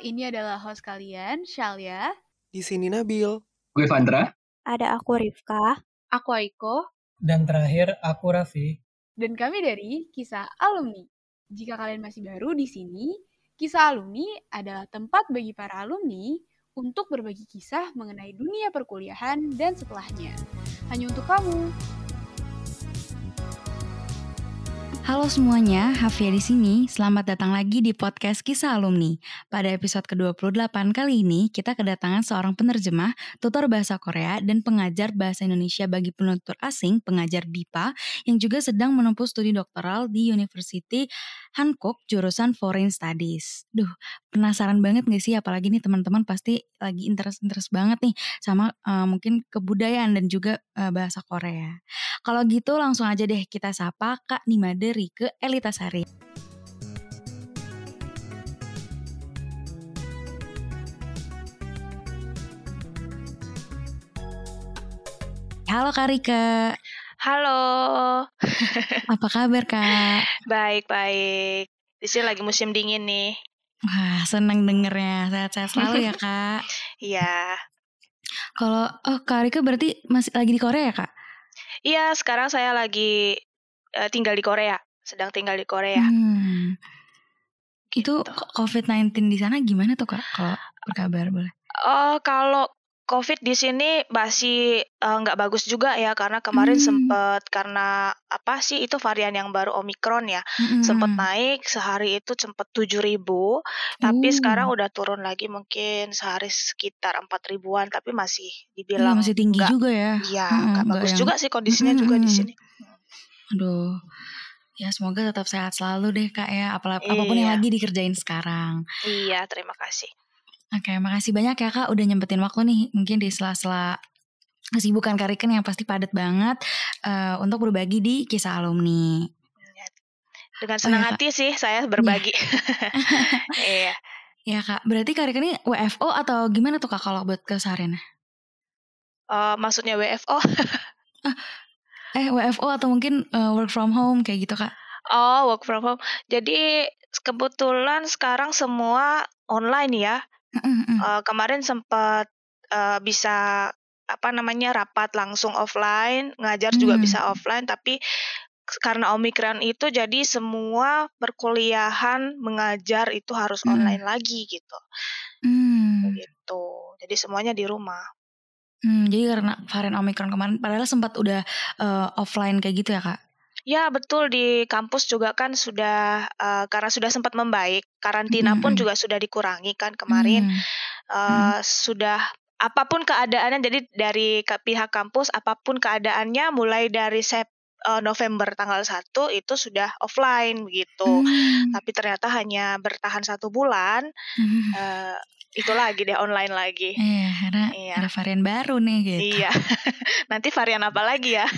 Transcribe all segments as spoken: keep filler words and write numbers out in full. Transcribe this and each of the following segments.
ini adalah host kalian, Shalia. Di sini Nabil. Gue Vandra. Ada aku Rifka. Aku Aiko. Dan terakhir aku Raffi. Dan kami dari Kisah Alumni. Jika kalian masih baru di sini, Kisah Alumni adalah tempat bagi para alumni untuk berbagi kisah mengenai dunia perkuliahan dan setelahnya. Hanya untuk kamu. Halo semuanya, Hafia di sini. Selamat datang lagi di podcast Kisah Alumni. Pada episode ke dua puluh delapan kali ini, kita kedatangan seorang penerjemah, tutor bahasa Korea, dan pengajar bahasa Indonesia bagi penutur asing, pengajar B I P A, yang juga sedang menempuh studi doktoral di University Hankook, jurusan Foreign Studies. Duh, penasaran banget gak sih? Apalagi nih teman-teman pasti lagi interest-interest banget nih sama uh, mungkin kebudayaan dan juga uh, bahasa Korea. Kalau gitu langsung aja deh kita sapa Kak Nimade Rike Elitasari. Halo Kak Rike. Halo. Apa kabar Kak? Baik-baik. Di sini lagi musim dingin nih. Wah, senang dengernya. Sehat-sehat selalu ya Kak. Iya. Kalau oh Kak Rike berarti masih lagi di Korea ya Kak? Iya, sekarang saya lagi uh, tinggal di Korea. Sedang tinggal di Korea. Hmm. Gitu. Itu covid sembilan belas di sana gimana tuh Kak? Kalau berkabar boleh. Oh, kalau COVID di sini masih nggak uh, bagus juga ya, karena kemarin hmm. sempet karena apa sih itu varian yang baru Omicron ya, hmm. sempet naik sehari itu sempet tujuh ribu, tapi uh. sekarang udah turun lagi mungkin sehari sekitar empat ribuan, tapi masih dibilang iya, masih tinggi gak, juga ya. Iya, hmm, nggak bagus yang... juga sih kondisinya hmm. juga di sini. Aduh. Ya semoga tetap sehat selalu deh Kak ya, Apalagi, iya. apapun yang lagi dikerjain sekarang. Iya, terima kasih. Oke, makasih banyak ya Kak udah nyempetin waktu nih, mungkin di sela-sela kesibukan Kak Riken yang pasti padat banget uh, untuk berbagi di Kisah Alumni. Dengan senang oh, ya, hati Kak. Sih saya berbagi. Iya. Ya Kak, berarti Kak Riken ini W F O atau gimana tuh Kak kalau buat kesehariannya? Uh, maksudnya W F O? ah, eh W F O atau mungkin uh, work from home kayak gitu Kak? Oh, work from home. Jadi kebetulan sekarang semua online ya. Uh, kemarin sempat uh, bisa apa namanya rapat langsung offline, ngajar hmm. juga bisa offline, tapi karena Omicron itu jadi semua perkuliahan mengajar itu harus hmm. online lagi gitu. Hmm. Begitu. Jadi semuanya di rumah. Hmm, jadi karena varian Omicron kemarin padahal sempat udah uh, offline kayak gitu ya Kak? Ya betul, di kampus juga kan sudah uh, karena sudah sempat membaik, karantina mm-hmm. pun juga sudah dikurangi kan kemarin. Mm-hmm. Uh, sudah apapun keadaannya, jadi dari pihak kampus apapun keadaannya mulai dari sep, uh, November tanggal satu itu sudah offline begitu. Mm-hmm. Tapi ternyata hanya bertahan satu bulan. Mm-hmm. Uh, itu lagi deh online lagi. Iya, karena iya. ada varian baru nih gitu. Iya. Nanti varian apa lagi ya?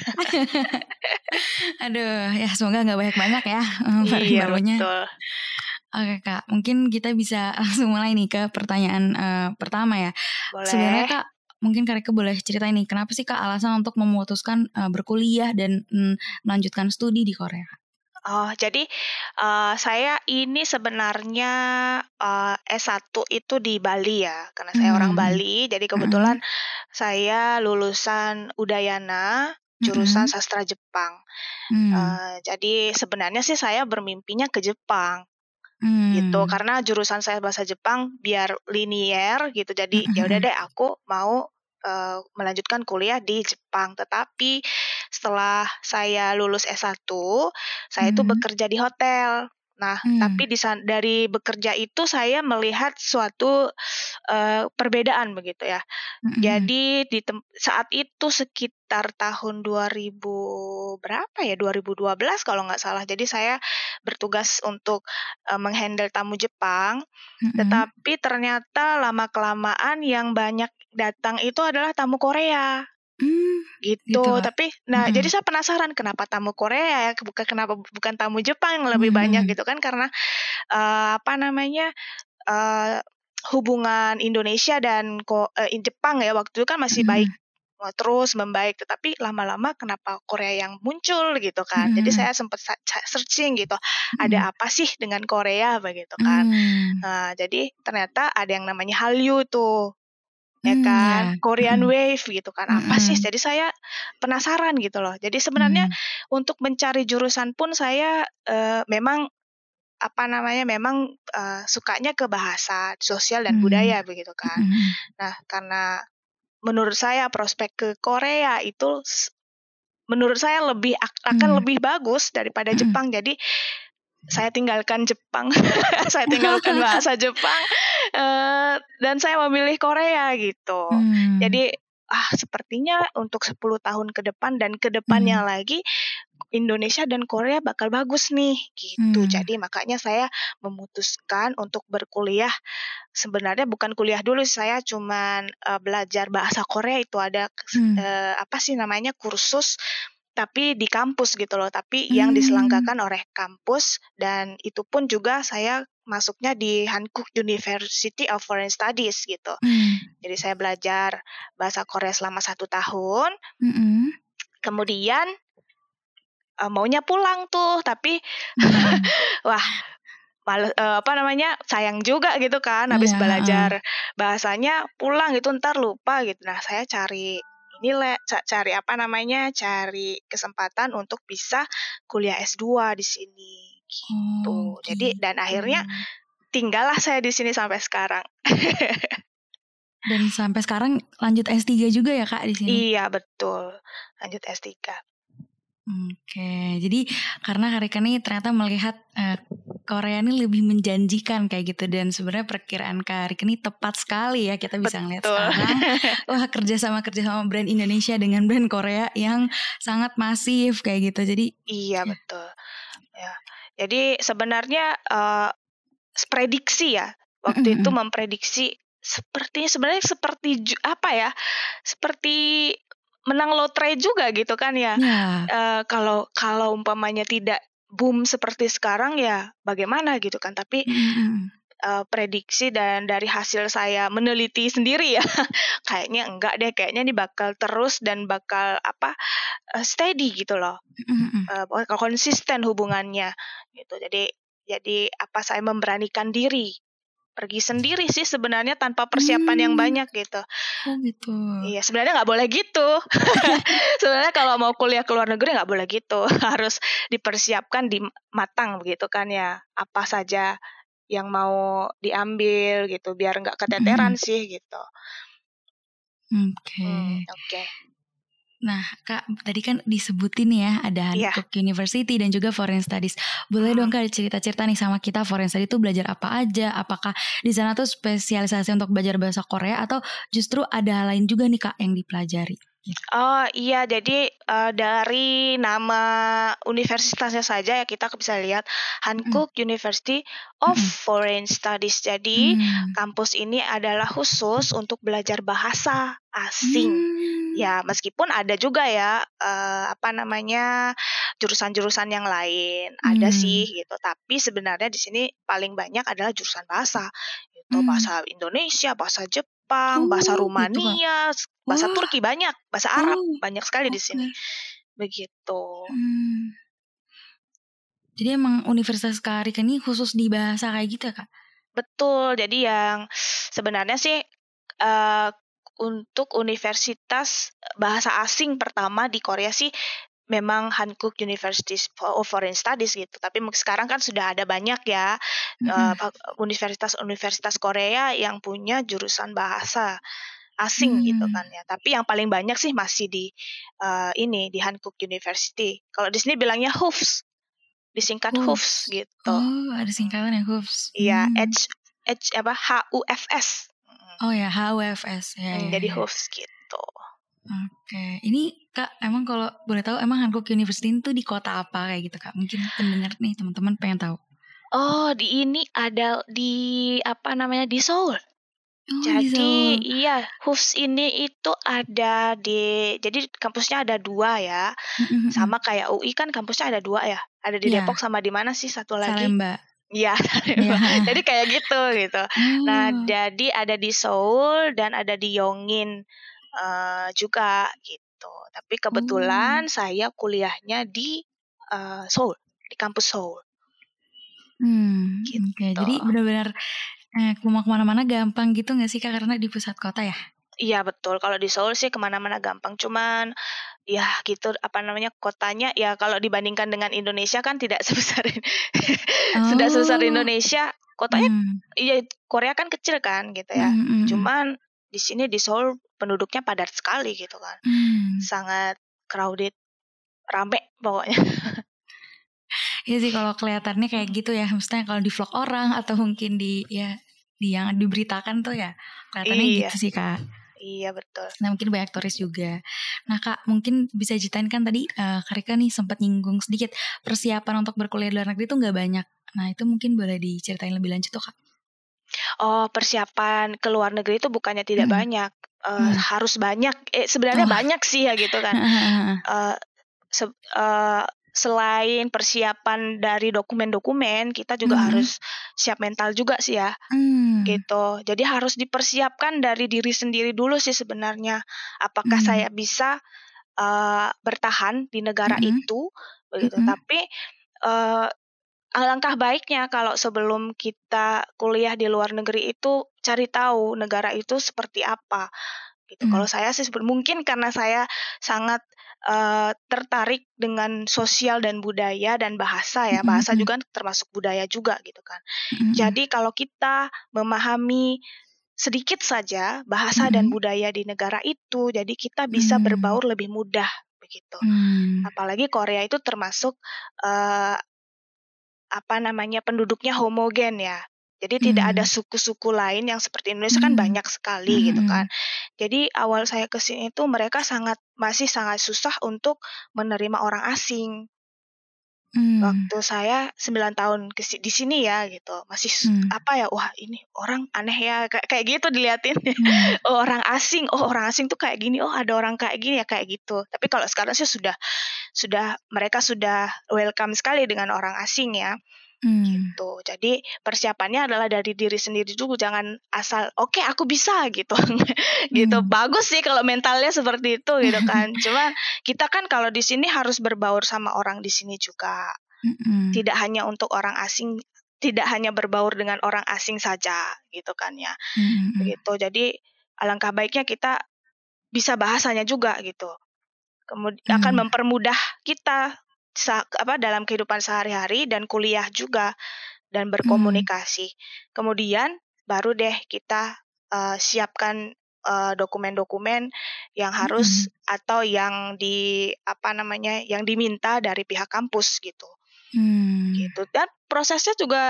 Aduh, ya semoga nggak banyak-banyak ya varian iya, barunya. Betul. Oke Kak, mungkin kita bisa langsung mulai nih ke pertanyaan uh, pertama ya. Boleh. Sebenarnya Kak, mungkin Kak Rike boleh ceritain nih, kenapa sih Kak alasan untuk memutuskan uh, berkuliah dan mm, melanjutkan studi di Korea? Oh, jadi uh, saya ini sebenarnya uh, S satu itu di Bali ya, karena saya hmm. orang Bali, jadi kebetulan hmm. saya lulusan Udayana, jurusan hmm. sastra Jepang. Hmm. Uh, jadi sebenarnya sih saya bermimpinya ke Jepang, hmm. gitu, karena jurusan saya bahasa Jepang biar linier gitu, jadi hmm. ya udah deh aku mau Uh, melanjutkan kuliah di Jepang. Tetapi setelah saya lulus S satu, saya itu hmm. bekerja di hotel. Nah, hmm. tapi di, dari bekerja itu saya melihat suatu uh, perbedaan begitu ya. Hmm. Jadi di tem- saat itu sekitar tahun dua ribu berapa ya? dua ribu dua belas kalau nggak salah. Jadi saya bertugas untuk uh, menghandle tamu Jepang. Hmm. Tetapi ternyata lama-kelamaan yang banyak datang itu adalah tamu Korea. Hmm, gitu. gitu tapi nah hmm. jadi saya penasaran kenapa tamu Korea ya, bukan kenapa bukan tamu Jepang yang lebih hmm. banyak gitu kan, karena uh, apa namanya uh, hubungan Indonesia dan ko, uh, Jepang ya waktu itu kan masih hmm. baik uh, terus membaik, tetapi lama-lama kenapa Korea yang muncul gitu kan. Jadi Mm-mm. saya sempat sa- sa- searching gitu, Mm-mm. ada apa sih dengan Korea begitu kan. Mm. Nah, jadi ternyata ada yang namanya Hallyu tuh, ya Mm, kan, ya. Korean Mm-mm. Wave gitu kan. Apa sih? Mm-mm. Jadi saya penasaran gitu loh. Jadi sebenarnya Mm. untuk mencari jurusan pun saya eh, memang apa namanya memang eh, sukanya ke bahasa sosial dan Mm. budaya begitu kan. Mm-mm. Nah, karena menurut saya prospek ke Korea itu s- menurut saya lebih ak- akan Mm. lebih bagus daripada Mm-mm. Jepang. Jadi saya tinggalkan Jepang, saya tinggalkan bahasa Jepang, eh, dan saya memilih Korea gitu. Mm. Jadi ah sepertinya untuk sepuluh tahun ke depan dan ke depannya Mm. lagi Indonesia dan Korea bakal bagus nih gitu. Mm. Jadi makanya saya memutuskan untuk berkuliah. Sebenarnya bukan kuliah dulu, saya cuman uh, belajar bahasa Korea itu ada Mm. uh, apa sih namanya kursus tapi di kampus gitu loh, tapi yang Mm. diselenggarakan oleh kampus, dan itu pun juga saya masuknya di Hankuk University of Foreign Studies gitu. Mm. Jadi saya belajar bahasa Korea selama satu tahun. Mm-mm. Kemudian uh, maunya pulang tuh, tapi Mm. wah males, uh, apa namanya sayang juga gitu kan, habis Iya, belajar heeh. bahasanya pulang gitu ntar lupa gitu. Nah saya cari ini le, ca- cari apa namanya cari kesempatan untuk bisa kuliah S dua di sini Oh, gitu. Jadi dan gitu. akhirnya tinggallah saya di sini sampai sekarang. Dan sampai sekarang lanjut S tiga juga ya Kak di sini? Iya betul, lanjut S tiga. Oke, jadi karena Kak Rika nih ternyata melihat eh, Korea ini lebih menjanjikan kayak gitu, dan sebenarnya perkiraan Kak Rika ini tepat sekali ya, kita bisa ngeliat Betul. sekarang wah kerjasama kerjasama brand Indonesia dengan brand Korea yang sangat masif kayak gitu. Jadi Iya ya. betul. Ya. Jadi sebenarnya uh, prediksi ya waktu itu memprediksi seperti sebenarnya seperti ju- apa ya seperti menang lotre juga gitu kan ya. Ya. Uh, kalau kalau umpamanya tidak boom seperti sekarang ya bagaimana gitu kan. Tapi Mm-mm. uh, prediksi dan dari hasil saya meneliti sendiri ya kayaknya enggak deh, kayaknya ini bakal terus dan bakal apa uh, steady gitu loh. Mm-mm. Uh, bakal konsisten hubungannya gitu. Jadi jadi apa saya memberanikan diri pergi sendiri sih sebenarnya tanpa persiapan yang Hmm. banyak gitu. Oh gitu. Iya sebenarnya nggak boleh gitu. Sebenarnya kalau mau kuliah ke luar negeri nggak boleh gitu. Harus dipersiapkan di matang begitu kan ya. Apa saja yang mau diambil gitu biar nggak keteteran Mm-mm. sih gitu. Oke. Hmm, Oke. Okay. Nah, Kak, tadi kan disebutin ya ada Iya. Hankuk University dan juga Foreign Studies. Boleh Hmm. dong Kak cerita-cerita nih sama kita, Foreign Studies itu belajar apa aja? Apakah di sana tuh spesialisasi untuk belajar bahasa Korea atau justru ada hal lain juga nih Kak yang dipelajari? Oh iya, jadi uh, dari nama universitasnya saja ya kita bisa lihat Hankuk mm. University of mm. Foreign Studies. Jadi mm. kampus ini adalah khusus untuk belajar bahasa asing. Mm. Ya meskipun ada juga ya uh, apa namanya jurusan-jurusan yang lain mm. ada sih gitu. Tapi sebenarnya di sini paling banyak adalah jurusan bahasa. Itu mm. bahasa Indonesia, bahasa Jepang, oh, bahasa Rumania. Gitu, bahasa Wah. Turki banyak, bahasa Arab oh, banyak sekali okay. di sini. Begitu. Hmm. Jadi emang Universitas Kak Rika ini khusus di bahasa kayak gitu ya Kak? Betul. Jadi yang sebenarnya sih uh, untuk universitas bahasa asing pertama di Korea sih memang Hankuk University of Foreign Studies gitu. Tapi sekarang kan sudah ada banyak ya mm-hmm. uh, universitas-universitas Korea yang punya jurusan bahasa asing hmm. gitu kan ya. Tapi yang paling banyak sih masih di uh, ini di Hankuk University. Kalau di sini bilangnya H U F S, disingkat H U F S gitu. Oh, ada singkatan ya H U F S. Iya, hmm. H H apa H U F S. Oh ya, H U F S ya. Hmm, ya jadi ya. H U F S gitu. Oke, okay. Ini Kak, emang kalau boleh tahu emang Hankuk University itu di kota apa kayak gitu Kak? Mungkin pendengar nih teman-teman pengen tahu. Oh, di ini ada di apa namanya di Seoul. Oh, jadi iya, H U F S ini itu ada di, jadi kampusnya ada dua ya, mm-hmm. sama kayak U I kan kampusnya ada dua ya, ada di yeah. Depok sama di mana sih satu lagi? Salemba. Iya, yeah. Jadi kayak gitu gitu. Mm. Nah, jadi ada di Seoul dan ada di Yongin uh, juga gitu. Tapi kebetulan oh. saya kuliahnya di uh, Seoul, di kampus Seoul. Hmm, gitu. Oke, okay. Jadi benar-benar eh, mau kemana-mana gampang gitu nggak sih Kak, karena di pusat kota ya? Iya betul, kalau di Seoul sih kemana-mana gampang, cuman ya gitu apa namanya kotanya ya kalau dibandingkan dengan Indonesia kan tidak sebesar oh. tidak sebesar Indonesia, kotanya hmm. iya Korea kan kecil kan gitu ya, hmm. cuman di sini di Seoul penduduknya padat sekali gitu kan, hmm. sangat crowded, rame pokoknya. Iya sih kalau kelihatannya kayak gitu ya, maksudnya kalau di vlog orang atau mungkin di ya di yang diberitakan tuh ya kelihatannya iya. gitu sih Kak. Iya betul. Nah mungkin banyak turis juga. Nah Kak mungkin bisa ceritain kan tadi uh, Kak Rika nih sempat nyinggung sedikit persiapan untuk berkuliah di luar negeri itu nggak banyak. Nah itu mungkin boleh diceritain lebih lanjut tuh Kak. Oh persiapan ke luar negeri itu bukannya tidak hmm. banyak, uh, hmm. harus banyak. Eh sebenarnya oh. banyak sih ya gitu kan. uh, se- uh, Selain persiapan dari dokumen-dokumen, kita juga hmm. harus siap mental juga sih ya, hmm. gitu. Jadi harus dipersiapkan dari diri sendiri dulu sih sebenarnya. Apakah hmm. saya bisa uh, bertahan di negara hmm. itu, begitu. Hmm. Tapi uh, alangkah baiknya kalau sebelum kita kuliah di luar negeri itu cari tahu negara itu seperti apa. Gitu. Hmm. Kalau saya sih mungkin karena saya sangat uh, tertarik dengan sosial dan budaya dan bahasa ya, bahasa hmm. juga termasuk budaya juga gitu kan. Hmm. Jadi kalau kita memahami sedikit saja bahasa hmm. dan budaya di negara itu, jadi kita bisa hmm. berbaur lebih mudah begitu. Hmm. Apalagi Korea itu termasuk uh, apa namanya penduduknya homogen ya. Jadi hmm. tidak ada suku-suku lain yang seperti Indonesia hmm. kan banyak sekali hmm. gitu kan. Jadi awal saya ke sini itu mereka sangat masih sangat susah untuk menerima orang asing. Hmm. Waktu saya sembilan tahun ke di sini ya gitu. Masih hmm. apa ya? Wah, ini orang aneh ya kayak kayak gitu diliatin. Hmm. Oh, orang asing. Oh, orang asing tuh kayak gini. Oh, ada orang kayak gini ya kayak gitu. Tapi kalau sekarang sih sudah sudah mereka sudah welcome sekali dengan orang asing ya. Hmm. Gitu. Jadi persiapannya adalah dari diri sendiri dulu, jangan asal oke okay, aku bisa gitu. gitu. Hmm. Bagus sih kalau mentalnya seperti itu gitu kan. Cuman kita kan kalau di sini harus berbaur sama orang di sini juga. Hmm. Tidak hanya untuk orang asing, tidak hanya berbaur dengan orang asing saja gitu kan ya. Hmm. Begitu. Jadi alangkah baiknya kita bisa bahasanya juga gitu. Kemudian hmm. akan mempermudah kita apa dalam kehidupan sehari-hari dan kuliah juga dan berkomunikasi. Hmm. Kemudian baru deh kita uh, siapkan uh, dokumen-dokumen yang harus hmm. atau yang di apa namanya yang diminta dari pihak kampus gitu. Hmm. Gitu. Dan prosesnya juga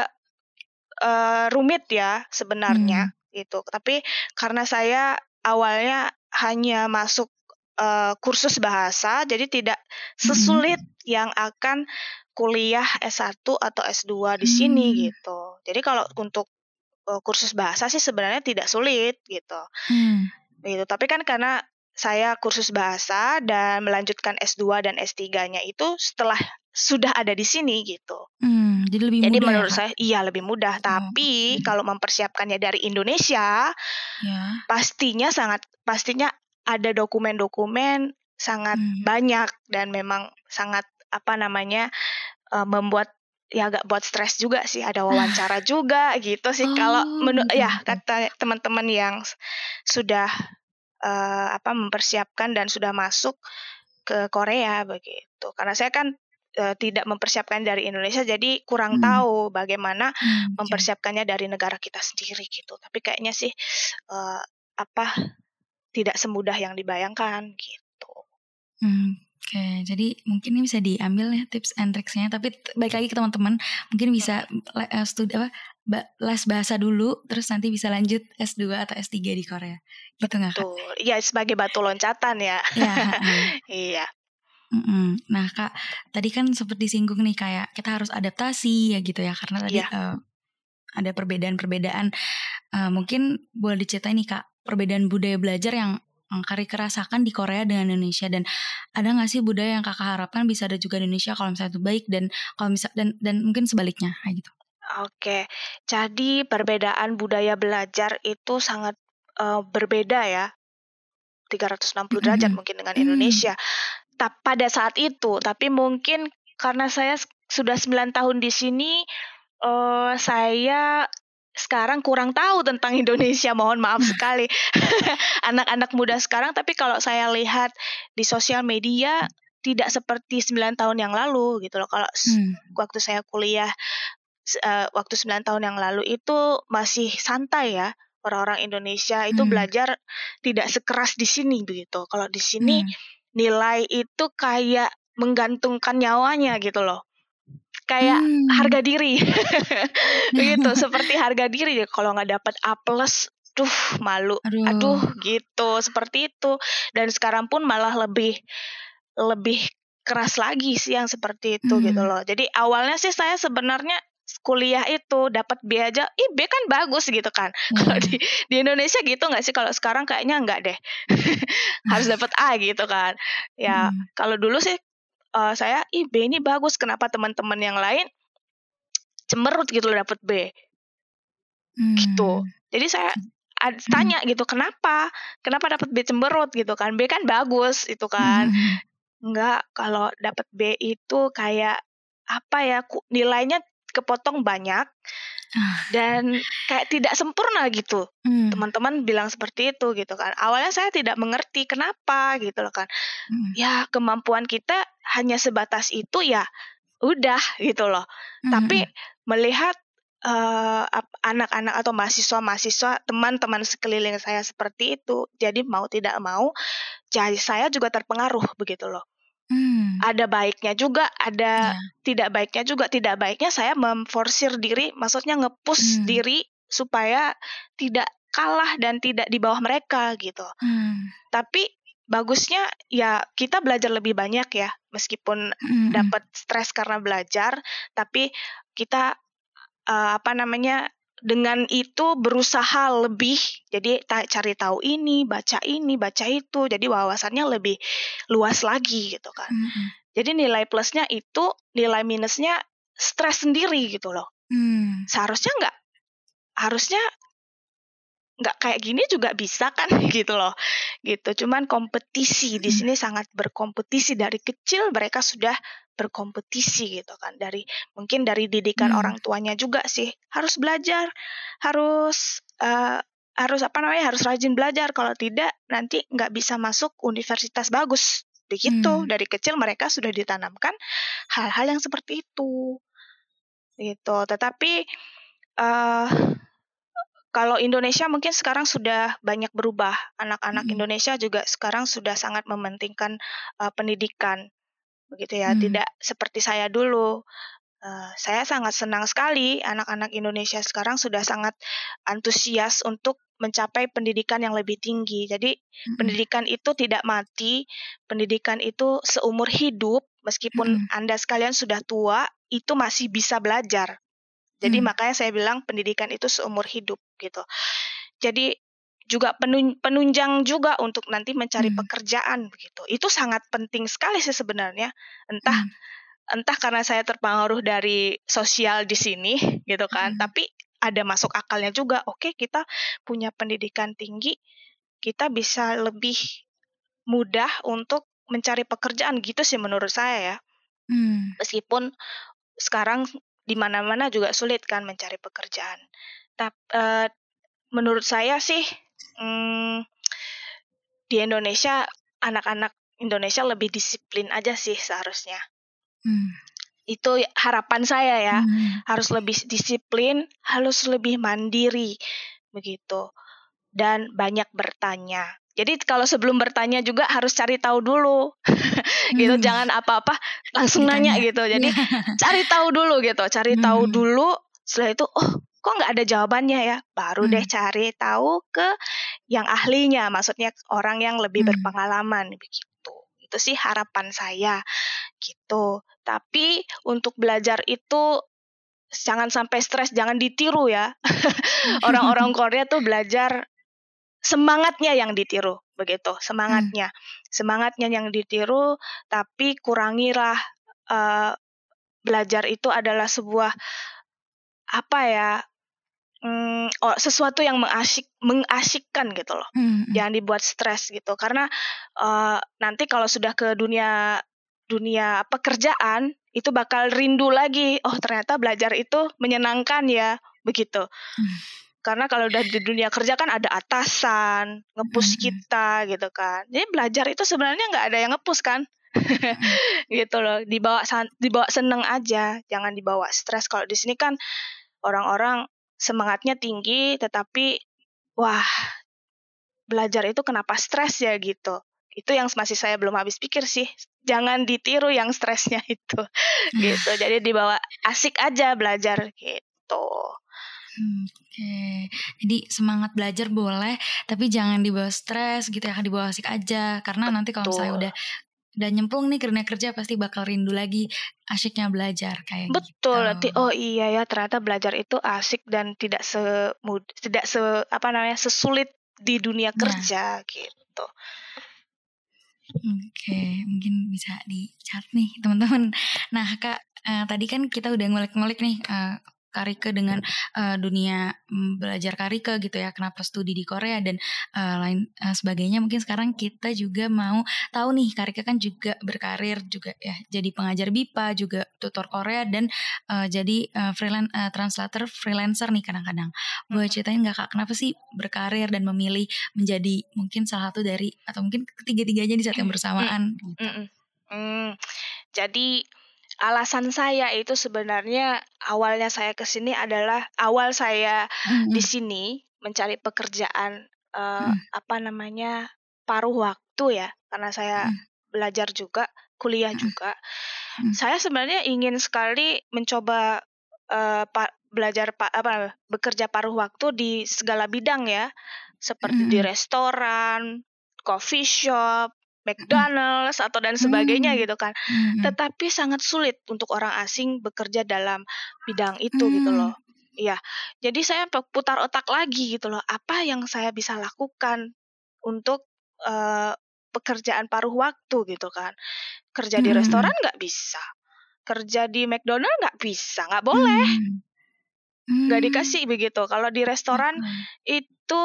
uh, rumit ya sebenarnya hmm. gitu. Tapi karena saya awalnya hanya masuk Uh, kursus bahasa, jadi tidak sesulit mm-hmm. yang akan kuliah S satu atau S dua di mm-hmm. sini gitu. Jadi kalau untuk uh, kursus bahasa sih sebenarnya tidak sulit gitu. Mm. Gitu. Tapi kan karena saya kursus bahasa dan melanjutkan S dua dan S tiga-nya itu setelah sudah ada di sini gitu. Mm, jadi lebih jadi mudah menurut ya, saya iya lebih mudah. Oh, Tapi okay. kalau mempersiapkannya dari Indonesia, yeah. pastinya sangat pastinya ada dokumen-dokumen sangat hmm. banyak dan memang sangat apa namanya uh, membuat ya agak buat stres juga sih, ada wawancara juga gitu sih. Oh, kalau menurut ya kata teman-teman yang sudah uh, apa mempersiapkan dan sudah masuk ke Korea begitu. Karena saya kan uh, tidak mempersiapkan dari Indonesia, jadi kurang hmm. tahu bagaimana hmm, mempersiapkannya okay. dari negara kita sendiri gitu. Tapi kayaknya sih uh, apa tidak semudah yang dibayangkan gitu. Hmm, Oke, okay. Jadi mungkin ini bisa diambil ya tips and tricksnya. Tapi balik lagi ke teman-teman, mungkin bisa uh, studi apa les bahasa dulu, terus nanti bisa lanjut S dua atau S tiga di Korea. Gitu nggak Kak? Iya, sebagai batu loncatan ya. Iya. Iya. Mm-mm. Nah Kak, tadi kan seperti disinggung nih kayak kita harus adaptasi ya gitu ya, karena tadi yeah. uh, ada perbedaan-perbedaan. Uh, mungkin boleh diceritain nih Kak, perbedaan budaya belajar yang Kak Rika rasakan di Korea dengan Indonesia, dan ada nggak sih budaya yang Kakak harapkan bisa ada juga di Indonesia kalau misalnya itu baik, dan kalau misal dan dan mungkin sebaliknya kayak gitu. Oke, jadi perbedaan budaya belajar itu sangat uh, berbeda ya. tiga ratus enam puluh derajat Mm-mm. mungkin dengan Mm. Indonesia. Ta- pada saat itu, tapi mungkin karena saya s- sudah sembilan tahun di sini, eh, saya sekarang kurang tahu tentang Indonesia. Mohon maaf sekali anak-anak muda sekarang. Tapi kalau saya lihat di sosial media tidak seperti sembilan tahun yang lalu gitu loh. Kalau s- Mm. waktu saya kuliah s- eh, waktu sembilan tahun yang lalu itu masih santai ya. Orang-orang Indonesia itu Mm. belajar tidak sekeras di sini begitu. Kalau di sini Mm. nilai itu kayak menggantungkan nyawanya gitu loh. Kayak Mm. harga diri. Begitu, seperti harga diri. Kalau nggak dapat A plus, duh malu. Aduh. Aduh gitu, seperti itu. Dan sekarang pun malah lebih lebih keras lagi sih yang seperti itu Mm. gitu loh. Jadi awalnya sih saya sebenarnya kuliah itu dapat B aja, ih B kan bagus gitu kan. Kalau Iya. di di Indonesia gitu nggak sih? Kalau sekarang kayaknya nggak deh. Harus dapat A gitu kan. Ya Mm. kalau dulu sih eh, saya ih B ini bagus. Kenapa teman-teman yang lain cemerut gitu loh dapat B gitu. Mm. Jadi saya ad- Mm. tanya gitu, kenapa? Kenapa dapat B cemberut gitu kan? B kan bagus itu kan. Mm. Enggak, kalau dapat B itu kayak apa ya? ku- Nilainya kepotong banyak Ah. dan kayak tidak sempurna gitu. Mm. Teman-teman bilang seperti itu gitu kan. Awalnya saya tidak mengerti kenapa gitu loh kan. Mm. Ya kemampuan kita hanya sebatas itu ya udah gitu loh. Mm. Tapi melihat eh, ap- anak-anak atau mahasiswa-mahasiswa teman-teman sekeliling saya seperti itu, jadi mau tidak mau, jadi saya juga terpengaruh begitu loh. Mm. Ada baiknya juga, ada Iya. tidak baiknya juga. Tidak baiknya saya memforsir diri, maksudnya nge-push Mm. diri supaya tidak kalah dan tidak di bawah mereka gitu. Mm. Tapi bagusnya ya kita belajar lebih banyak ya, meskipun Mm. dapat stres karena belajar, tapi kita eh, apa namanya dengan itu berusaha lebih, jadi ta- cari tahu ini, baca ini, baca itu, jadi wawasannya lebih luas lagi gitu kan. Mm. Jadi nilai plusnya itu, nilai minusnya stres sendiri gitu loh. Mm. Seharusnya nggak, harusnya nggak kayak gini juga bisa kan gitu loh, gitu. Cuman kompetisi di sini sangat berkompetisi dari kecil, mereka sudah berkompetisi gitu kan. Dari mungkin dari didikan Mm. orang tuanya juga sih, harus belajar, harus eh, harus apa namanya, harus rajin belajar. Kalau tidak nanti nggak bisa masuk universitas bagus. Begitu, Mm. dari kecil mereka sudah ditanamkan hal-hal yang seperti itu, gitu. Tetapi eh kalau Indonesia mungkin sekarang sudah banyak berubah. Anak-anak Mm. Indonesia juga sekarang sudah sangat mementingkan uh, pendidikan, begitu ya. Mm. Tidak seperti saya dulu. Uh, saya sangat senang sekali anak-anak Indonesia sekarang sudah sangat antusias untuk mencapai pendidikan yang lebih tinggi. Jadi Mm. pendidikan itu tidak mati, pendidikan itu seumur hidup. Meskipun Mm. Anda sekalian sudah tua, itu masih bisa belajar. Jadi Mm. makanya saya bilang pendidikan itu seumur hidup gitu. Jadi juga penun- penunjang juga untuk nanti mencari Mm. pekerjaan begitu. Itu sangat penting sekali sih sebenarnya. Entah Mm. entah karena saya terpengaruh dari sosial di sini gitu kan, Mm. tapi ada masuk akalnya juga. Oke, kita punya pendidikan tinggi, kita bisa lebih mudah untuk mencari pekerjaan gitu sih menurut saya ya. Mm. Meskipun sekarang di mana-mana juga sulit kan mencari pekerjaan. Tapi uh, menurut saya sih hmm, di Indonesia anak-anak Indonesia lebih disiplin aja sih seharusnya. Mm. Itu harapan saya ya. Mm. Harus lebih disiplin, harus lebih mandiri begitu. Dan banyak bertanya. Jadi kalau sebelum bertanya juga harus cari tahu dulu. Gitu, Mm. jangan apa-apa langsung Ditanya. nanya gitu. Jadi Iya. cari tahu dulu gitu, cari tahu Mm. dulu. Setelah itu, oh kok nggak ada jawabannya ya? Baru Mm. deh cari tahu ke yang ahlinya, maksudnya orang yang lebih Mm. berpengalaman begitu. Itu sih harapan saya gitu. Tapi untuk belajar itu jangan sampai stres, jangan ditiru ya. Orang-orang Korea tuh belajar semangatnya yang ditiru begitu, semangatnya. Semangatnya yang ditiru, tapi kurangilah uh, belajar itu adalah sebuah apa ya? Hmm, oh, sesuatu yang mengasyik mengasyikkan gitu loh. Hmm. Jangan dibuat stres gitu. Karena uh, nanti kalau sudah ke dunia dunia pekerjaan itu bakal rindu lagi. Oh, ternyata belajar itu menyenangkan ya, begitu. Hmm. Karena kalau udah di dunia kerja kan ada atasan nge-push Hmm. kita gitu kan. Jadi belajar itu sebenarnya nggak ada yang nge-push kan. Hmm. Gitu loh, dibawa san- dibawa seneng aja, jangan dibawa stres. Kalau di sini kan orang-orang semangatnya tinggi, tetapi wah, belajar itu kenapa stres ya gitu. Itu yang masih saya belum habis pikir sih. Jangan ditiru yang stresnya itu. Gitu. Jadi dibawa asik aja belajar gitu. Hmm, Oke, jadi semangat belajar boleh, tapi jangan dibawa stres gitu ya, dibawa asik aja. Karena nanti kalau misalnya Tuh. udah udah nyemplung nih ke dunia kerja pasti bakal rindu lagi asyiknya belajar kayak Betul, gitu. nanti oh iya ya ternyata belajar itu asik dan tidak semud tidak se apa namanya sesulit di dunia Ya. kerja gitu. Oke, mungkin bisa dicatat nih teman-teman. Nah Kak, eh, tadi kan kita udah ngulik-ngulik nih eh, Karike dengan uh, dunia um, belajar Karike gitu ya, kenapa studi di Korea dan uh, lain uh, sebagainya. Mungkin sekarang kita juga mau tahu nih, Karike kan juga berkarir juga ya, jadi pengajar B I P A, juga tutor Korea dan uh, jadi uh, freelance uh, translator freelancer nih kadang-kadang. Boleh ceritain nggak Kak, kenapa sih berkarir dan memilih menjadi mungkin salah satu dari atau mungkin ketiga-tiganya di saat yang bersamaan gitu? Mm-mm. Mm. Jadi alasan saya itu sebenarnya awalnya saya ke sini adalah awal saya Mm-mm. di sini mencari pekerjaan uh, Mm-mm. apa namanya paruh waktu ya, karena saya Mm-mm. belajar juga, kuliah Mm-mm. juga. Mm-mm. Saya sebenarnya ingin sekali mencoba uh, pa- belajar pa- apa bekerja paruh waktu di segala bidang ya, seperti di Mm-mm. restoran, coffee shop, McDonald's atau dan sebagainya Mm-mm. gitu kan. Mm-mm. Tetapi sangat sulit untuk orang asing bekerja dalam bidang itu gitu Mm. loh. Iya. Jadi saya putar otak lagi gitu loh. Apa yang saya bisa lakukan untuk uh, pekerjaan paruh waktu gitu kan. Kerja di restoran Mm-mm. nggak bisa. Kerja di McDonald nggak bisa, nggak boleh, Mm. nggak Mm. dikasih begitu. Kalau di restoran Oke. itu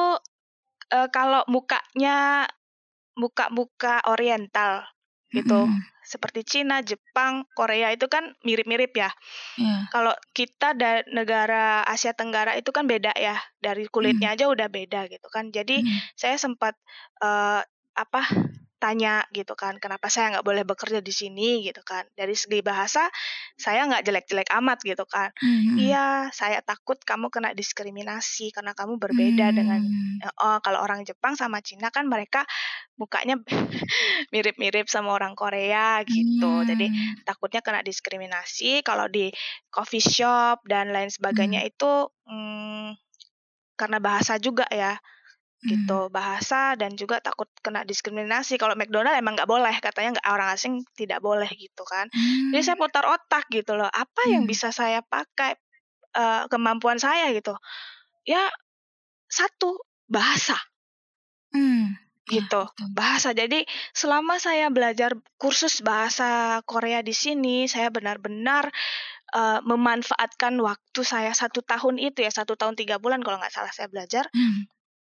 uh, kalau mukanya muka-muka oriental gitu, Mm-mm. seperti Cina, Jepang, Korea itu kan mirip-mirip ya. Yeah. Kalau kita dari negara Asia Tenggara itu kan beda ya, dari kulitnya aja udah beda gitu kan. Jadi Mm. saya sempat uh, apa tanya gitu kan, kenapa saya nggak boleh bekerja di sini gitu kan. Dari segi bahasa saya nggak jelek-jelek amat gitu kan. Mm. Iya, saya takut kamu kena diskriminasi karena kamu berbeda dengan Mm. oh kalau orang Jepang sama Cina kan mereka mukanya mirip-mirip sama orang Korea gitu. Jadi Mm. takutnya kena diskriminasi. Kalau di coffee shop dan lain sebagainya Mm. itu hmm, karena bahasa juga ya. Gitu, bahasa dan juga takut kena diskriminasi. Kalau McDonald emang nggak boleh, katanya nggak orang asing tidak boleh gitu kan. Jadi saya Mm. putar otak gitu loh, apa yang Mm. bisa saya pakai uh, kemampuan saya gitu. Ya satu bahasa Mm. Ya, gitu, betul. bahasa. Jadi selama saya belajar kursus bahasa Korea di sini, saya benar-benar uh, memanfaatkan waktu saya satu tahun itu ya, satu tahun tiga bulan kalau nggak salah saya belajar. Mm.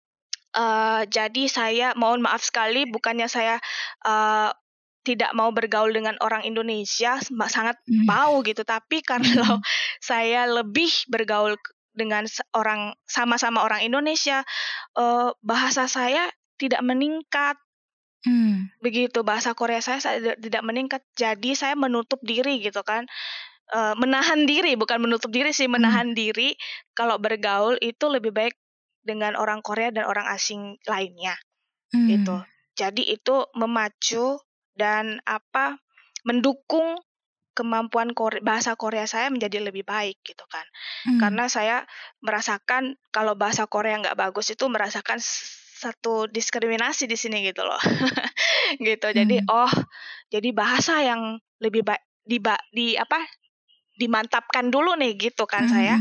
Uh, jadi saya mohon maaf sekali, bukannya saya uh, tidak mau bergaul dengan orang Indonesia, sangat Mm. mau gitu. Tapi kalau Mm. saya lebih bergaul dengan orang sama-sama orang Indonesia, uh, bahasa saya tidak meningkat. Mm. Begitu, bahasa Korea saya, saya tidak meningkat. Jadi saya menutup diri gitu kan, uh, menahan diri, bukan menutup diri sih, menahan Mm. diri kalau bergaul itu lebih baik dengan orang Korea dan orang asing lainnya Mm. gitu. Jadi itu memacu dan apa mendukung kemampuan Korea, bahasa Korea saya menjadi lebih baik gitu kan. Mm. Karena saya merasakan kalau bahasa Korea nggak bagus itu merasakan satu diskriminasi di sini gitu loh. Gitu. Jadi Mm. oh, jadi bahasa yang lebih baik di, di apa dimantapkan dulu nih gitu kan Mm. saya.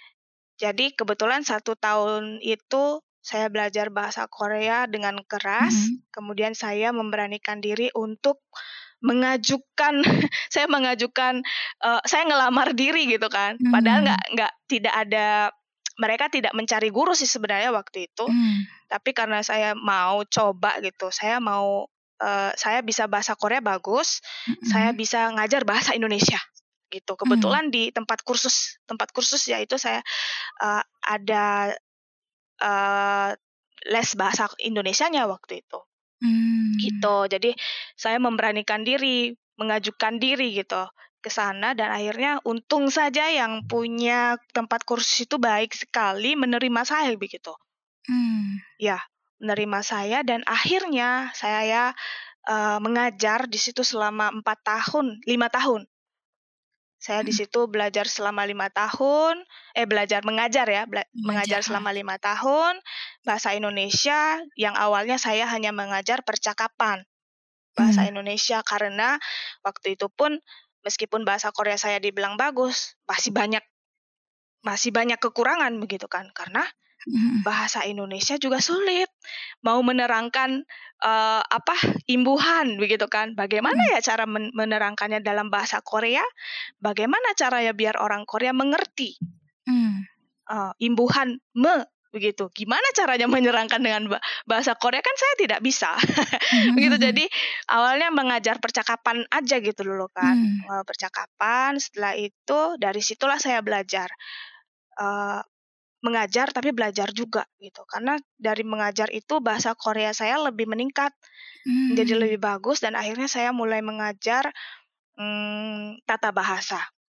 Jadi kebetulan satu tahun itu saya belajar bahasa Korea dengan keras, Mm. kemudian saya memberanikan diri untuk mengajukan, saya mengajukan, uh, saya ngelamar diri gitu kan, Mm. padahal nggak nggak tidak ada mereka tidak mencari guru sih sebenarnya waktu itu, Hmm. tapi karena saya mau coba gitu, saya mau uh, saya bisa bahasa Korea bagus, Mm-mm. saya bisa ngajar bahasa Indonesia gitu. Kebetulan di tempat kursus tempat kursus yaitu saya uh, ada uh, les bahasa Indonesianya waktu itu. Hmm. Gitu. Jadi saya memberanikan diri, mengajukan diri gitu ke sana, dan akhirnya untung saja yang punya tempat kursus itu baik sekali menerima saya begitu. Hmm. Ya, menerima saya, dan akhirnya saya uh, mengajar di situ selama empat tahun, lima tahun. Saya di situ belajar selama lima tahun, eh belajar mengajar ya, bela- mengajar Mengajar, selama lima tahun bahasa Indonesia. Yang awalnya saya hanya mengajar percakapan bahasa Hmm. Indonesia, karena waktu itu pun meskipun bahasa Korea saya dibilang bagus, masih banyak masih banyak kekurangan begitu kan, karena Mm-mm. bahasa Indonesia juga sulit. Mau menerangkan uh, apa imbuhan begitu kan. Bagaimana ya cara men- menerangkannya dalam bahasa Korea? Bagaimana caranya biar orang Korea mengerti Hmm. uh, imbuhan me begitu. Gimana caranya menyerangkan dengan ba- bahasa Korea, kan saya tidak bisa. Begitu. Jadi awalnya mengajar percakapan aja gitu dulu kan. Hmm. Uh, percakapan, setelah itu dari situlah saya belajar. Uh, mengajar tapi belajar juga gitu, karena dari mengajar itu bahasa Korea saya lebih meningkat, Hmm. menjadi lebih bagus, dan akhirnya saya mulai mengajar hmm, tata bahasa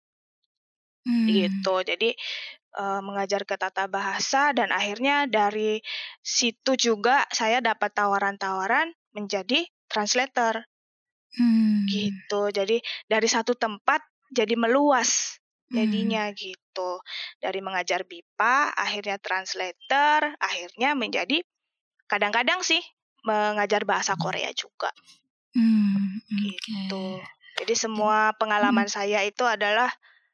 Hmm. gitu. Jadi uh, mengajar ke tata bahasa, dan akhirnya dari situ juga saya dapat tawaran-tawaran menjadi translator Hmm. gitu. Jadi dari satu tempat jadi meluas jadinya gitu. Dari mengajar B I P A, akhirnya translator, akhirnya menjadi kadang-kadang sih mengajar bahasa Korea juga. Hmm. Gitu. Okay. Jadi semua pengalaman saya itu adalah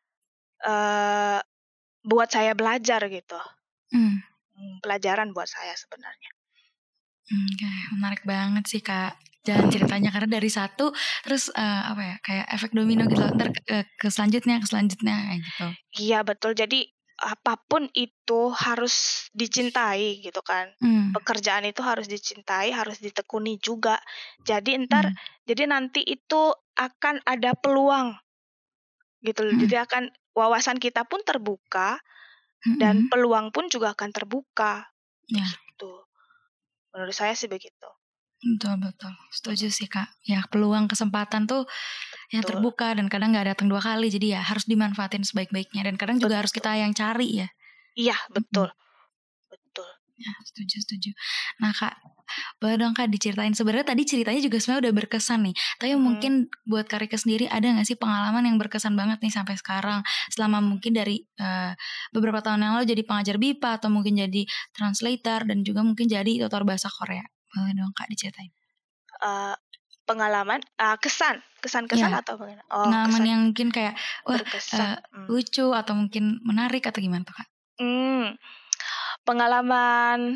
uh, buat saya belajar gitu. Hmm. Hmm, pelajaran buat saya sebenarnya. Oke, okay. Menarik banget sih Kak jalan ceritanya, karena dari satu terus uh, apa ya, kayak efek domino gitu, ntar ke, ke selanjutnya ke selanjutnya kayak gitu. Iya betul, jadi apapun itu harus dicintai gitu kan. Hmm. Pekerjaan itu harus dicintai, harus ditekuni juga. Jadi ntar, Hmm. jadi nanti itu akan ada peluang gitu loh. Hmm. Jadi akan wawasan kita pun terbuka, Hmm. dan peluang pun juga akan terbuka. Ya. Begitu. Menurut saya sih begitu. Betul betul, setuju sih Kak. Ya peluang kesempatan tuh Betul. ya terbuka, dan kadang nggak datang dua kali, jadi ya harus dimanfaatin sebaik-baiknya, dan kadang juga Betul. harus kita yang cari ya. Iya betul. Hmm. Betul. Ya setuju setuju. Nah Kak, boleh dong Kak diceritain, sebenarnya tadi ceritanya juga sebenarnya udah berkesan nih, tapi Mm-hmm. mungkin buat Kak Rika sendiri ada nggak sih pengalaman yang berkesan banget nih sampai sekarang, selama mungkin dari uh, beberapa tahun yang lalu jadi pengajar B I P A, atau mungkin jadi translator, dan juga mungkin jadi tutor bahasa Korea. Boleh dong Kak diceritain. Uh, pengalaman, uh, kesan, kesan-kesan Ya, atau bagaimana? Oh, pengalaman kesan yang mungkin kayak wah berkesan. uh, Hmm. lucu atau mungkin menarik atau gimana tuh Kak? Hmm. Pengalaman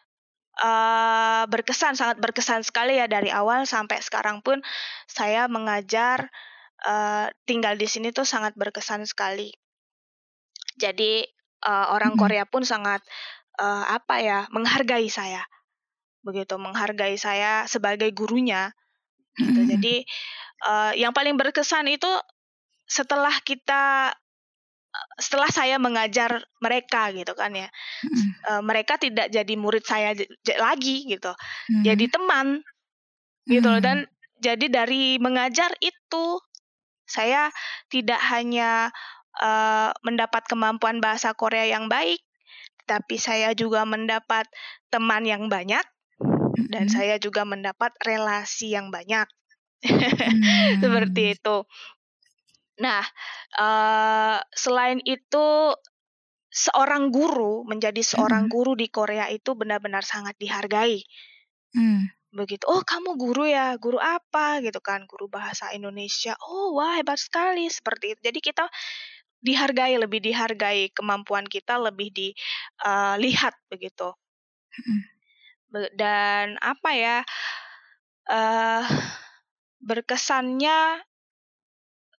uh, berkesan, sangat berkesan sekali ya, dari awal sampai sekarang pun saya mengajar, uh, tinggal di sini tuh sangat berkesan sekali. Jadi uh, orang Mm-hmm. Korea pun sangat uh, apa ya, menghargai saya, begitu, menghargai saya sebagai gurunya gitu. Mm-hmm. Jadi uh, yang paling berkesan itu setelah kita setelah saya mengajar mereka gitu kan ya, Mm-hmm. uh, mereka tidak jadi murid saya j- j- lagi gitu, Mm-hmm. jadi teman gitu loh. Dan jadi dari mengajar itu saya tidak hanya uh, mendapat kemampuan bahasa Korea yang baik, tapi saya juga mendapat teman yang banyak, dan Mm-hmm. saya juga mendapat relasi yang banyak. Mm-hmm. Seperti itu. Nah, uh, selain itu, seorang guru, menjadi seorang Mm-hmm. guru di Korea itu benar-benar sangat dihargai. Mm. Begitu, oh kamu guru ya, guru apa gitu kan, guru bahasa Indonesia, oh wah hebat sekali, seperti itu. Jadi kita dihargai, lebih dihargai, kemampuan kita lebih dilihat uh, begitu. Mm-hmm. Dan apa ya, uh, berkesannya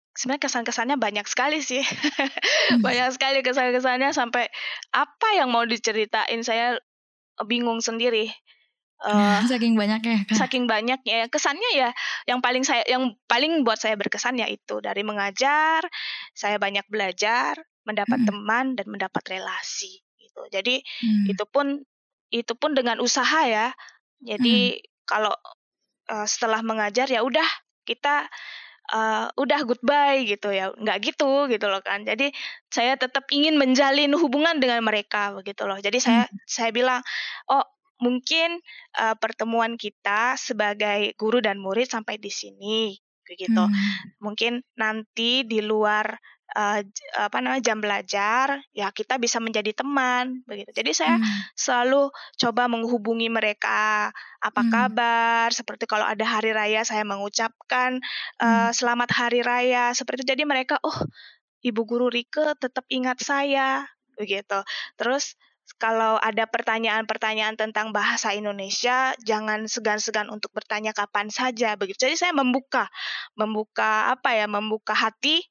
sebenarnya kesan-kesannya banyak sekali sih. Banyak sekali kesan-kesannya sampai apa yang mau diceritain saya bingung sendiri. Uh, saking banyaknya Kak. Saking banyaknya kesannya ya, yang paling saya yang paling buat saya berkesan yaitu dari mengajar, saya banyak belajar, mendapat Mm-mm. teman dan mendapat relasi gitu. Jadi Mm. itu pun itu pun dengan usaha ya. Jadi mm. kalau uh, setelah mengajar ya udah kita Uh, udah goodbye gitu ya, nggak gitu gitu loh kan. Jadi saya tetap ingin menjalin hubungan dengan mereka begitu loh. Jadi saya hmm. saya bilang, oh mungkin uh, pertemuan kita sebagai guru dan murid sampai di sini begitu. Hmm. Mungkin nanti di luar uh, apa namanya jam belajar ya kita bisa menjadi teman begitu. Jadi saya hmm. selalu coba menghubungi mereka, apa hmm. kabar, seperti kalau ada hari raya saya mengucapkan uh, hmm. selamat hari raya seperti itu. Jadi mereka oh Ibu Guru Rike tetap ingat saya begitu. Terus kalau ada pertanyaan-pertanyaan tentang bahasa Indonesia, jangan segan-segan untuk bertanya kapan saja begitu. Jadi saya membuka, membuka apa ya, membuka hati,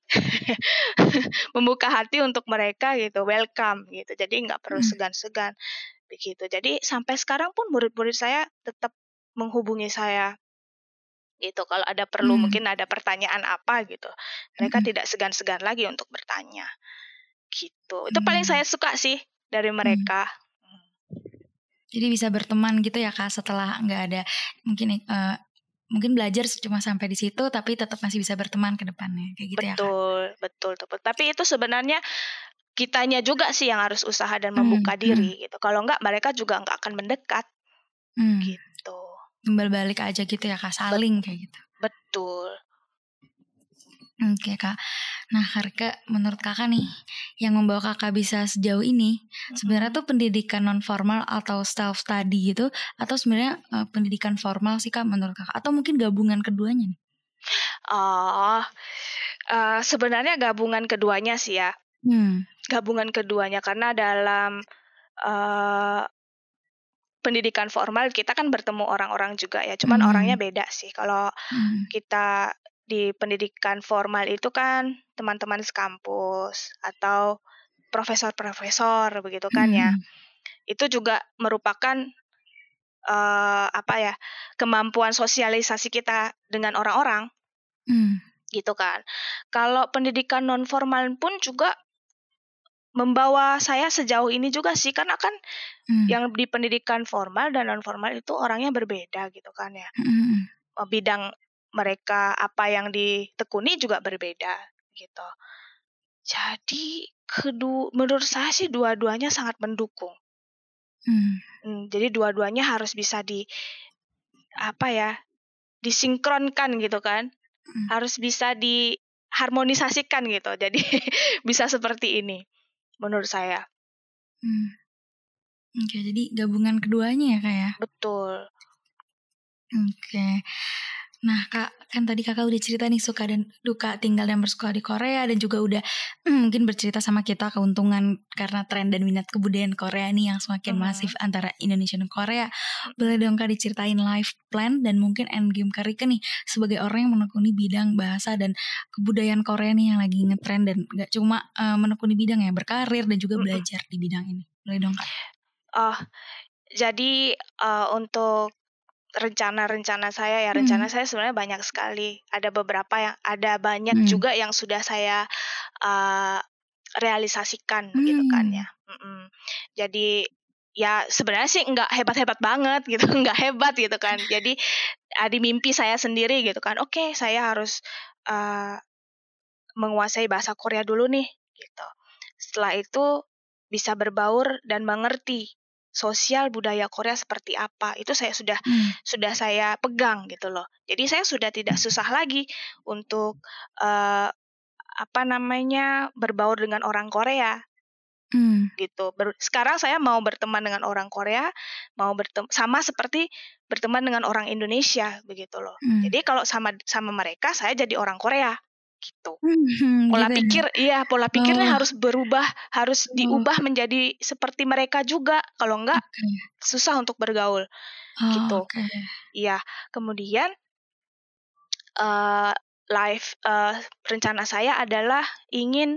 membuka hati untuk mereka gitu, welcome gitu. Jadi nggak perlu segan-segan begitu. Jadi sampai sekarang pun murid-murid saya tetap menghubungi saya gitu. Kalau ada perlu hmm. mungkin ada pertanyaan apa gitu, mereka hmm. tidak segan-segan lagi untuk bertanya gitu. Itu hmm. paling saya suka sih dari mereka. Hmm. Jadi bisa berteman gitu ya Kak, setelah nggak ada mungkin uh, mungkin belajar cuma sampai di situ tapi tetap masih bisa berteman ke depannya kayak gitu. Betul, ya Kak. Betul, betul. Tapi itu sebenarnya kitanya juga sih yang harus usaha dan membuka hmm. diri hmm. gitu. Kalau nggak mereka juga nggak akan mendekat. Hmm. Gitu. Timbal balik aja gitu ya Kak, saling Bet- kayak gitu. Betul. Oke Kak. Nah Kak, menurut Kakak nih, yang membawa Kakak bisa sejauh ini, mm-hmm. sebenarnya tuh pendidikan non formal atau self study gitu, atau sebenarnya uh, pendidikan formal sih Kak menurut Kakak, atau mungkin gabungan keduanya nih? Oh, uh, sebenarnya gabungan keduanya sih ya. Hmm. Gabungan keduanya karena dalam uh, pendidikan formal kita kan bertemu orang-orang juga ya, cuman hmm. orangnya beda sih. Kalau hmm. kita di pendidikan formal itu kan teman-teman sekampus atau profesor-profesor begitu kan ya. Hmm. Itu juga merupakan uh, apa ya, kemampuan sosialisasi kita dengan orang-orang. Hmm. Gitu kan. Kalau pendidikan non formal pun juga membawa saya sejauh ini juga sih, karena kan hmm. yang di pendidikan formal dan non formal itu orangnya berbeda gitu kan ya. Hmm. Bidang mereka apa yang ditekuni juga berbeda gitu. Jadi kedua, menurut saya sih dua-duanya sangat mendukung. Hmm. Hmm, jadi dua-duanya harus bisa di apa ya, disinkronkan gitu kan. Hmm. Harus bisa diharmonisasikan gitu. Jadi bisa seperti ini menurut saya. Hmm. Oke, jadi gabungan keduanya ya Kak ya? Betul. Oke. Nah Kak, kan tadi Kakak udah cerita nih suka dan duka tinggal dan bersekolah di Korea, dan juga udah hmm, mungkin bercerita sama kita keuntungan karena tren dan minat kebudayaan Korea nih yang semakin hmm. masif antara Indonesia dan Korea. Boleh dong Kak diceritain life plan dan mungkin endgame Kak Rike nih sebagai orang yang menekuni bidang bahasa dan kebudayaan Korea nih yang lagi ngetren, dan gak cuma uh, menekuni bidang ya, berkarir dan juga belajar di bidang ini. Boleh dong Kak? Oh, jadi uh, untuk rencana-rencana saya ya, rencana hmm. saya sebenarnya banyak sekali. Ada beberapa yang ada banyak hmm. juga yang sudah saya uh, realisasikan hmm. gitu kan ya. Mm-mm. Jadi ya sebenarnya sih nggak hebat-hebat banget gitu, nggak hebat gitu kan. Jadi uh, di mimpi saya sendiri gitu kan. Oke, okay, saya harus uh, menguasai bahasa Korea dulu nih gitu. Setelah itu bisa berbaur dan mengerti sosial budaya Korea seperti apa, itu saya sudah hmm. sudah saya pegang gitu loh. Jadi saya sudah tidak susah lagi untuk uh, apa namanya berbaur dengan orang Korea hmm. gitu. Ber- sekarang saya mau berteman dengan orang Korea, mau bertem- sama seperti berteman dengan orang Indonesia begitu loh. Hmm. Jadi kalau sama sama mereka saya jadi orang Korea gitu. Hmm, pola gitu pikir, ya? Iya pola pikirnya oh. harus berubah, harus oh. diubah menjadi seperti mereka juga. Kalau enggak okay. susah untuk bergaul, oh, gitu. Okay. Iya. Kemudian uh, life uh, rencana saya adalah ingin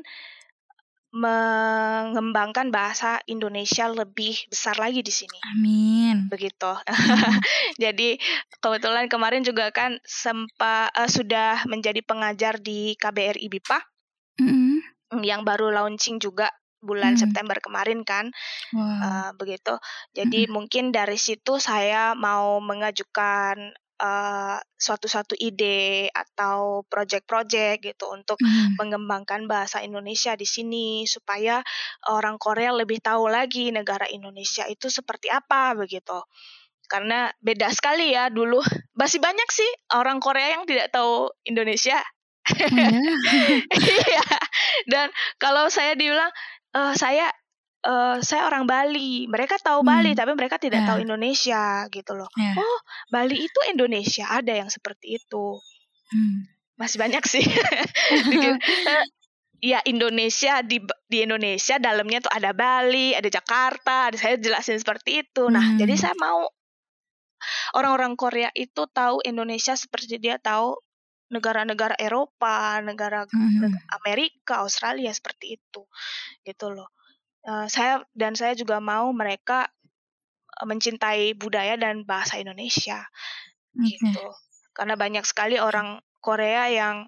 mengembangkan bahasa Indonesia lebih besar lagi di sini. Amin. Begitu. Hmm. Jadi kebetulan kemarin juga kan sempat uh, sudah menjadi pengajar di K B R I B I P A Mm-mm. yang baru launching juga bulan Hmm. September kemarin kan. Wow. Uh, begitu. Jadi Mm-mm. mungkin dari situ saya mau mengajukan uh, suatu-suatu ide atau project-project gitu untuk Mm. mengembangkan bahasa Indonesia di sini supaya orang Korea lebih tahu lagi negara Indonesia itu seperti apa begitu. Karena beda sekali ya dulu. Masih banyak sih orang Korea yang tidak tahu Indonesia. Oh ya? Iya. Dan kalau saya dibilang uh, saya Uh, saya orang Bali, mereka tahu Hmm. Bali, tapi mereka tidak Ya. tahu Indonesia gitu loh. Ya. Oh, Bali itu Indonesia, ada yang seperti itu. Hmm. Masih banyak sih. Bikin, uh, ya Indonesia di di Indonesia dalamnya tuh ada Bali, ada Jakarta, ada saya jelasin seperti itu. Nah, Hmm. jadi saya mau orang-orang Korea itu tahu Indonesia seperti dia tahu negara-negara Eropa, negara Hmm. negara Amerika, Australia seperti itu, gitu loh. Uh, saya dan saya juga mau mereka uh, mencintai budaya dan bahasa Indonesia Okay. gitu. Karena banyak sekali orang Korea yang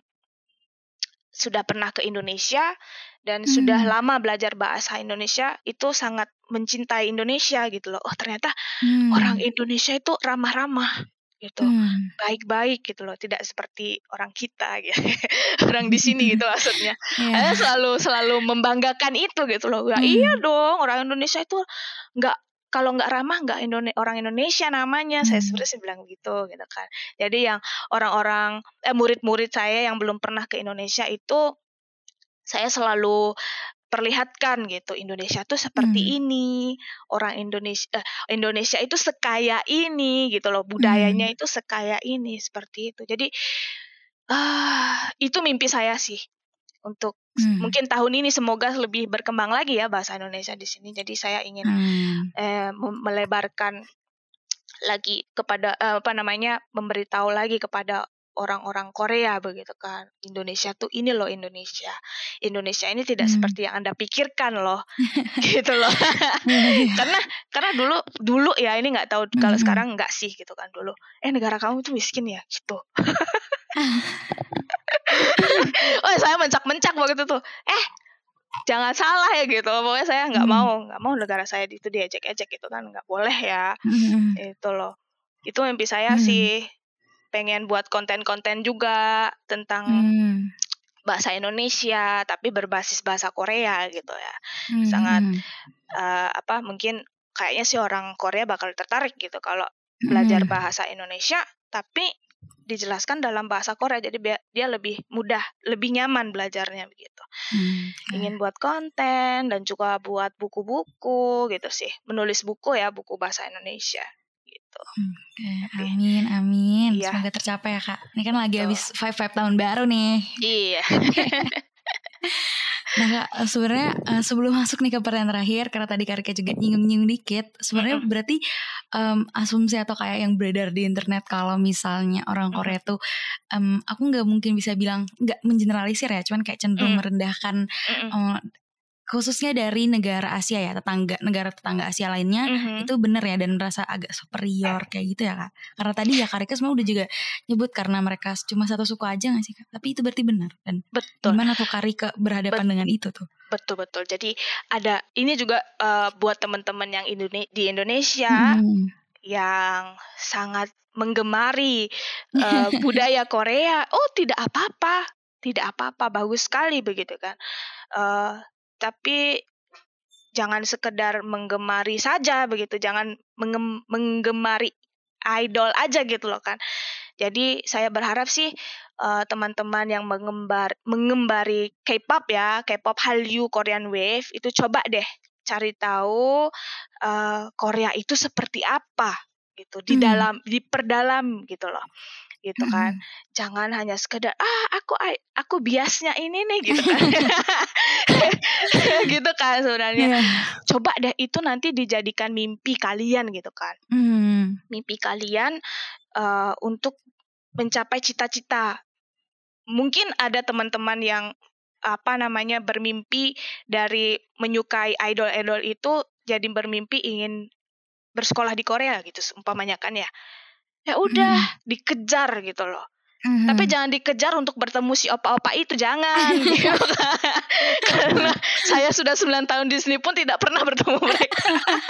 sudah pernah ke Indonesia dan Hmm. sudah lama belajar bahasa Indonesia itu sangat mencintai Indonesia gitu loh. Oh, ternyata Hmm. orang Indonesia itu ramah-ramah gitu. Hmm. Baik-baik gitu loh, tidak seperti orang kita gitu. Orang di sini gitu maksudnya. Yeah. Saya selalu selalu membanggakan itu gitu loh. Ya Hmm. iya dong, orang Indonesia itu nggak kalau nggak ramah nggak Indone- orang Indonesia namanya. Hmm. Saya sebenarnya bilang gitu gitu kan. Jadi yang orang-orang eh murid-murid saya yang belum pernah ke Indonesia itu saya selalu perlihatkan gitu, Indonesia tuh seperti Hmm. ini, orang Indonesia eh, Indonesia itu sekaya ini gitu loh, Hmm. budayanya itu sekaya ini, seperti itu. Jadi ah itu mimpi saya sih untuk Hmm. mungkin tahun ini semoga lebih berkembang lagi ya bahasa Indonesia di sini. Jadi saya ingin Amin. eh, mem- melebarkan lagi kepada eh, apa namanya memberitahu lagi kepada orang-orang Korea begitu kan. Indonesia tuh ini loh Indonesia. Indonesia ini tidak Hmm. seperti yang Anda pikirkan loh. Gitu loh. Iya, iya. karena karena dulu dulu ya ini nggak tahu kalau Hmm. sekarang nggak sih gitu kan dulu. Eh negara kamu tuh miskin ya gitu. Oh saya mencak-mencak waktu itu tuh. Eh jangan salah ya gitu. Pokoknya saya nggak Hmm. mau nggak mau negara saya itu diejek-ejek gitu kan nggak boleh ya. Hmm. Itu loh. Itu mimpi saya Hmm. sih. Pengen buat konten-konten juga tentang Hmm. bahasa Indonesia tapi berbasis bahasa Korea gitu ya. Hmm. Sangat Hmm. uh, apa mungkin kayaknya sih orang Korea bakal tertarik gitu kalau belajar Hmm. bahasa Indonesia tapi dijelaskan dalam bahasa Korea jadi dia lebih mudah, lebih nyaman belajarnya begitu. Hmm. Okay. Ingin buat konten dan juga buat buku-buku gitu sih, menulis buku ya, buku bahasa Indonesia gitu. Okay. Tapi, amin, amin. iya. Semoga tercapai ya Kak. Ini kan lagi Tuh. habis five five tahun baru nih. Iya. Nah Kak, sebenarnya uh, sebelum masuk nih ke pertanyaan terakhir, karena tadi Kak Rika juga nyinggung-nyinggung dikit, sebenarnya Mm-mm. berarti um, asumsi atau kayak yang beredar di internet kalau misalnya orang Korea tuh, um, aku nggak mungkin bisa bilang nggak mengeneralisir ya, cuman kayak cenderung Mm. merendahkan, um, khususnya dari negara Asia ya, tetangga negara tetangga Asia lainnya, Mm-hmm. itu benar ya dan merasa agak superior kayak gitu ya Kak. Karena tadi ya Kak Rika sebenarnya udah juga nyebut karena mereka cuma satu suku aja gak sih Kak? Tapi itu berarti benar dan Betul. gimana tuh Kak Rika berhadapan Bet- dengan itu tuh? Betul betul. Jadi ada ini juga uh, buat teman-teman yang Indone- di Indonesia hmm. yang sangat menggemari uh, budaya Korea. Oh tidak apa-apa, tidak apa-apa, bagus sekali begitu kan. Uh, tapi jangan sekedar menggemari saja begitu, jangan mengem- menggemari idol aja gitu loh kan. Jadi saya berharap sih uh, teman-teman yang mengembar mengembari K-pop ya, K-pop Hallyu, Korean Wave itu coba deh cari tahu uh, Korea itu seperti apa gitu di hmm. dalam diperdalam gitu loh. Gitu kan. Mm-hmm. Jangan hanya sekedar ah aku aku biasnya ini nih gitu kan. Gitu kan sebenarnya. Yeah. Coba deh itu nanti dijadikan mimpi kalian gitu kan. Mm. Mimpi kalian uh, untuk mencapai cita-cita mungkin ada teman-teman yang apa namanya bermimpi dari menyukai idol-idol itu jadi bermimpi ingin bersekolah di Korea gitu umpamanya kan ya. Ya udah Mhm. dikejar gitu loh. Mhm. Tapi jangan dikejar untuk bertemu si opa-opa itu, jangan gitu kan. Karena saya sudah sembilan tahun di sini pun tidak pernah bertemu mereka.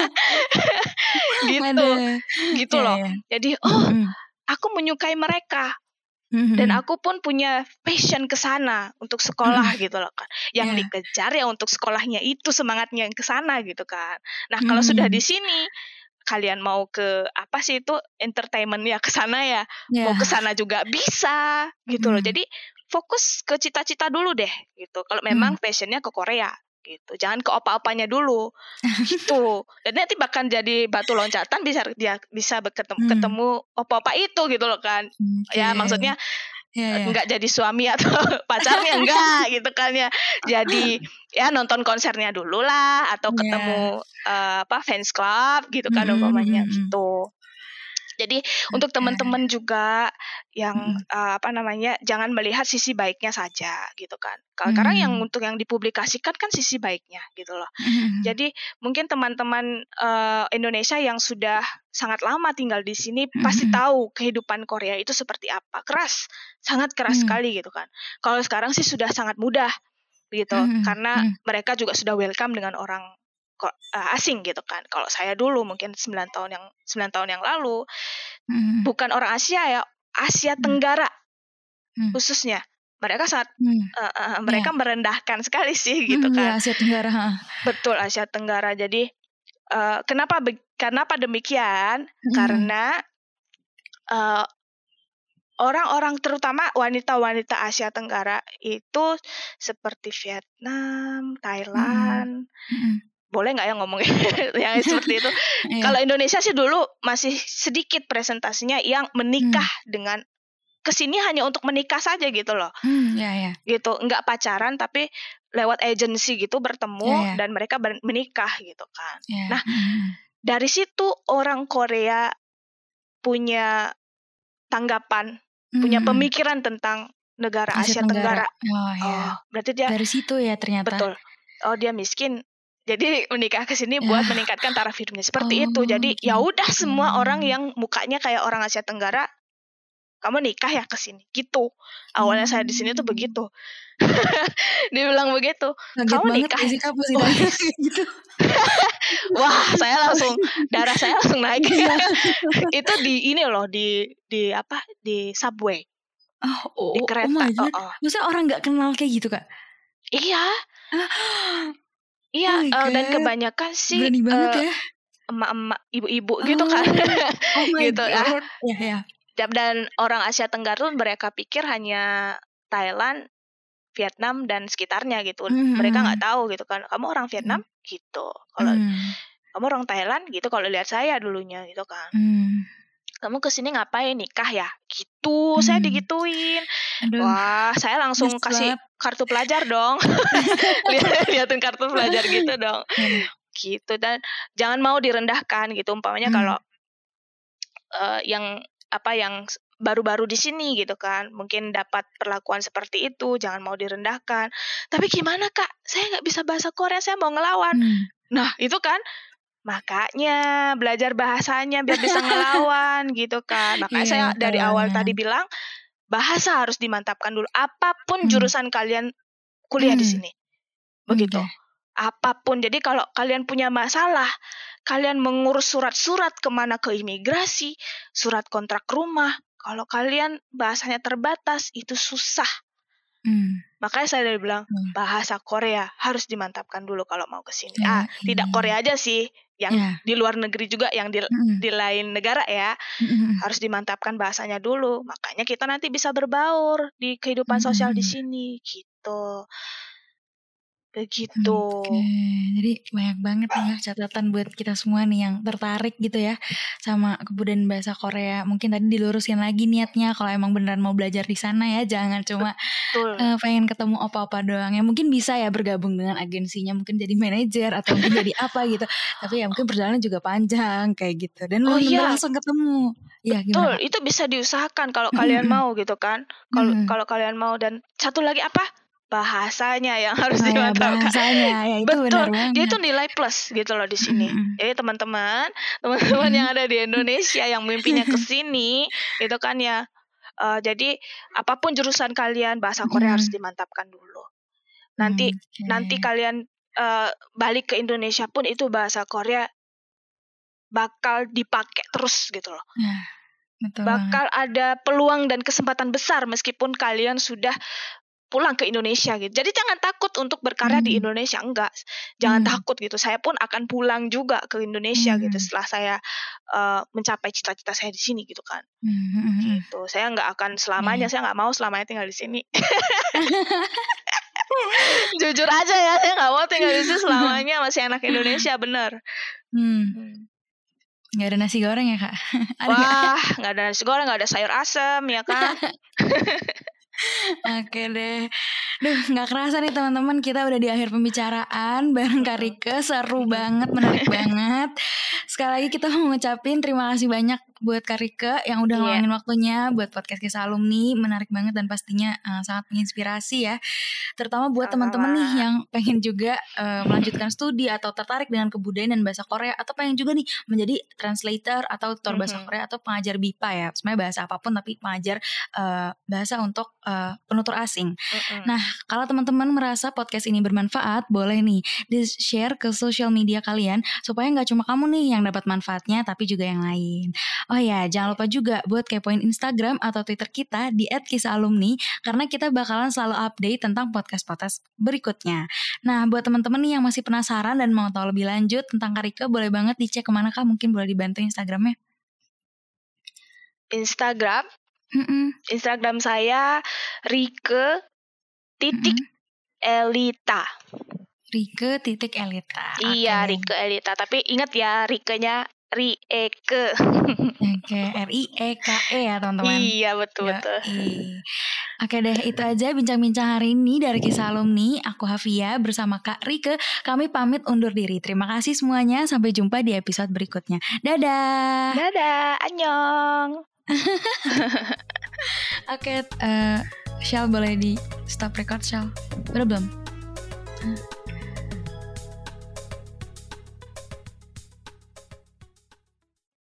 Gitu. Aduh. Gitu Ya, loh. ya. Jadi oh, Mhm. aku menyukai mereka. Mhm. Dan aku pun punya passion ke sana untuk sekolah Mhm. gitu loh kan. Yang Ya. dikejar ya untuk sekolahnya itu, semangatnya yang ke sana gitu kan. Nah, Mhm. kalau sudah di sini kalian mau ke apa sih itu entertainment ya ke sana ya. Ya. Mau ke sana juga bisa gitu loh. Hmm. Jadi fokus ke cita-cita dulu deh gitu. Kalau memang passionnya ke Korea gitu. Jangan ke opa-opanya dulu. Gitu. Dan nanti bahkan jadi batu loncatan bisa dia bisa ketemu, Hmm. ketemu opa-opa itu gitu loh kan. Oke. Ya maksudnya Ya, ya. enggak jadi suami atau pacarnya enggak gitu kan ya. Jadi ya nonton konsernya dulu lah atau Ya. ketemu uh, apa fans club gitu kan Mhm, umpamanya mhm. gitu. Jadi untuk Oke. teman-teman juga yang Mhm. uh, apa namanya jangan melihat sisi baiknya saja gitu kan. Karena yang Hmm. untuk yang dipublikasikan kan sisi baiknya gitu loh. Mhm. Jadi mungkin teman-teman uh, Indonesia yang sudah sangat lama tinggal di sini Mhm. pasti tahu kehidupan Korea itu seperti apa. Keras, sangat keras Hmm. sekali gitu kan. Kalau sekarang sih sudah sangat mudah gitu. Mhm. Karena Mhm. mereka juga sudah welcome dengan orang ko- uh, asing gitu kan. Kalau saya dulu mungkin sembilan tahun yang sembilan tahun yang lalu Mhm. bukan orang Asia ya, Asia Hmm. Tenggara Hmm. khususnya. Mereka sangat Hmm. uh, uh, Ya. mereka merendahkan sekali sih gitu Hmm, kan. ya, Asia Tenggara. Ha. Betul, Asia Tenggara. Jadi uh, kenapa be- kenapa demikian? Mhm. Karena uh, orang-orang terutama wanita-wanita Asia Tenggara itu seperti Vietnam, Mhm. Thailand, Mhm. boleh nggak ya ngomongnya yang seperti itu? Iya. Kalau Indonesia sih dulu masih sedikit presentasinya yang menikah Hmm. dengan kesini hanya untuk menikah saja gitu loh. Hmm, ya, ya. Gitu, nggak pacaran tapi lewat agensi gitu Ya, bertemu ya. dan mereka ber- menikah gitu kan. Ya. Nah, Mhm. dari situ orang Korea punya tanggapan, punya Mhm. pemikiran tentang negara Asia Asia Tenggara. Tenggara. Oh, Oh, ya. berarti dia Dari situ ya ternyata. betul. Oh, dia miskin. Jadi menikah ke sini Ya. buat meningkatkan taraf hidupnya seperti itu. Oh, Jadi ya udah gitu. semua orang yang mukanya kayak orang Asia Tenggara, kamu nikah ya ke sini. Gitu. Awalnya saya di sini tuh Hmm. begitu. Dibilang begitu. Kaget Kamu banget nikah gak ya? sih Kak pas Oh, ditanya yes. kayak gitu? Wah, saya langsung darah saya langsung naik. Iya. Itu di ini loh, di di apa? Di subway, Oh, oh, di oh kereta. my Oh, god. oh. Maksudnya orang gak kenal kayak gitu Kak? Iya, Oh iya. my uh, dan god. kebanyakan sih Berani banget uh, ya. emak-emak, ibu-ibu gitu kan. Oh, oh my Gitu ya. god. Ya, ya. Dan orang Asia Tenggara tuh mereka pikir hanya Thailand, Vietnam dan sekitarnya gitu. Mhm. Mereka nggak tahu gitu kan. Kamu orang Vietnam Mhm. gitu. Kalau Hmm. kamu orang Thailand gitu. Kalau lihat saya dulunya gitu kan. Hmm. Kamu kesini ngapain, nikah ya? Gitu, saya Hmm. digituin. Aduh. Wah, saya langsung Nyesel kasih banget. kartu pelajar dong. Lihat- Liatin kartu pelajar gitu dong. Ya. Gitu. Dan jangan mau direndahkan gitu. Umpamanya Hmm. kalau uh, yang apa yang s- baru-baru di sini gitu kan, mungkin dapat perlakuan seperti itu, jangan mau direndahkan. Tapi gimana Kak? Saya nggak bisa bahasa Korea, saya mau ngelawan. Hmm. Nah, itu kan makanya belajar bahasanya biar bisa ngelawan gitu kan. Makanya Iya, saya dari awal makanya. tadi bilang bahasa harus dimantapkan dulu. Apapun Hmm. jurusan kalian kuliah di Hmm. sini. Begitu. Oke. Apapun. Jadi kalau kalian punya masalah, kalian mengurus surat-surat kemana, ke imigrasi, surat kontrak rumah. Kalau kalian bahasanya terbatas, itu susah. Hmm. Makanya saya dari bilang Hmm. bahasa Korea harus dimantapkan dulu kalau mau ke sini. Ya, Ah, tidak iya. Korea aja sih, yang Ya. di luar negeri juga, yang di Mhm. di lain negara ya, Mhm. harus dimantapkan bahasanya dulu. Makanya kita nanti bisa berbaur di kehidupan sosial di Mhm. sini gitu. Begitu. Oke, jadi banyak banget nih ya catatan buat kita semua nih yang tertarik gitu ya sama kebudayaan bahasa Korea. Mungkin tadi dilurusin lagi niatnya kalau emang beneran mau belajar di sana ya, jangan cuma Betul. uh, pengen ketemu opa-opa doang. Ya mungkin bisa ya bergabung dengan agensinya, mungkin jadi manajer atau mungkin jadi apa gitu. Tapi ya mungkin perjalanan juga panjang kayak gitu. Dan Oh belum tentu iya, langsung ketemu. Iya gimana betul. Kak? Itu bisa diusahakan kalau kalian mau gitu kan. Kalau Mhm. kalau kalian mau, dan satu lagi apa? Bahasanya yang harus Oh ya dimantapkan. bahasanya ya itu benar Betul, banget. dia itu nilai plus gitu loh di sini. Mhm. Jadi teman-teman, teman-teman Mhm. yang ada di Indonesia yang mimpinya ke sini, itu kan ya. eh, jadi apapun jurusan kalian, bahasa Korea harus Mhm. dimantapkan dulu. Nanti Oke. nanti kalian eh, balik ke Indonesia pun itu bahasa Korea bakal dipakai terus gitu loh. Ya, betul banget. Bakal ada peluang dan kesempatan besar meskipun kalian sudah pulang ke Indonesia gitu. Jadi jangan takut untuk berkarya di Hmm. Indonesia, enggak. Jangan Hmm. takut gitu. Saya pun akan pulang juga ke Indonesia Hmm. gitu setelah saya uh, mencapai cita-cita saya di sini gitu kan. Hmm. Gitu. Saya nggak akan selamanya, Yeah. saya nggak mau selamanya tinggal di sini. Jujur aja ya, saya nggak mau tinggal di sini selamanya, masih anak Indonesia, bener. Hmm. Hmm. Nggak ada nasi goreng ya Kak? Ada nggak? Wah, nggak ada nasi goreng, nggak ada sayur asem, ya kan? Oke deh. Duh, nggak kerasa nih teman-teman, kita udah di akhir pembicaraan bareng Kak Rike. Seru banget, menarik banget. Sekali lagi kita mau ngucapin terima kasih banyak buat Kak Rike yang udah Iya. ngeluangin waktunya buat podcast Kisah Alumni. Menarik banget dan pastinya uh, sangat menginspirasi ya. Terutama buat Sama-sama. teman-teman nih yang pengen juga uh, melanjutkan studi atau tertarik dengan kebudayaan dan bahasa Korea, atau pengen juga nih menjadi translator atau tutor bahasa Mhm. Korea atau pengajar B I P A ya. Sebenarnya bahasa apapun tapi pengajar uh, bahasa untuk uh, penutur asing. Mhm. Nah, kalau teman-teman merasa podcast ini bermanfaat, boleh nih di-share ke sosial media kalian supaya nggak cuma kamu nih yang dapat manfaatnya, tapi juga yang lain. Oh ya, jangan lupa juga buat kepoin Instagram atau Twitter kita di et kisah alumni karena kita bakalan selalu update tentang podcast-podcast berikutnya. Nah, buat teman-teman nih yang masih penasaran dan mau tahu lebih lanjut tentang Kak Rike, boleh banget dicek kemana Kak? Mungkin boleh dibantu Instagramnya. Instagram, Mm-mm. Instagram saya Rike titik Elita. Rike titik Elita. Iya, Oke. Rike Elita. Tapi ingat ya, Rikenya Rieke. Oke, R I E K E ya teman-teman. Iya, betul-betul. Yoi. Oke deh, itu aja bincang-bincang hari ini dari Kisah Alumni. Aku Hafia bersama Kak Rike. Kami pamit undur diri. Terima kasih semuanya. Sampai jumpa di episode berikutnya. Dadah. Dadah, annyeong. Oke, uh, Shell boleh di stop record Shell? Udah belum?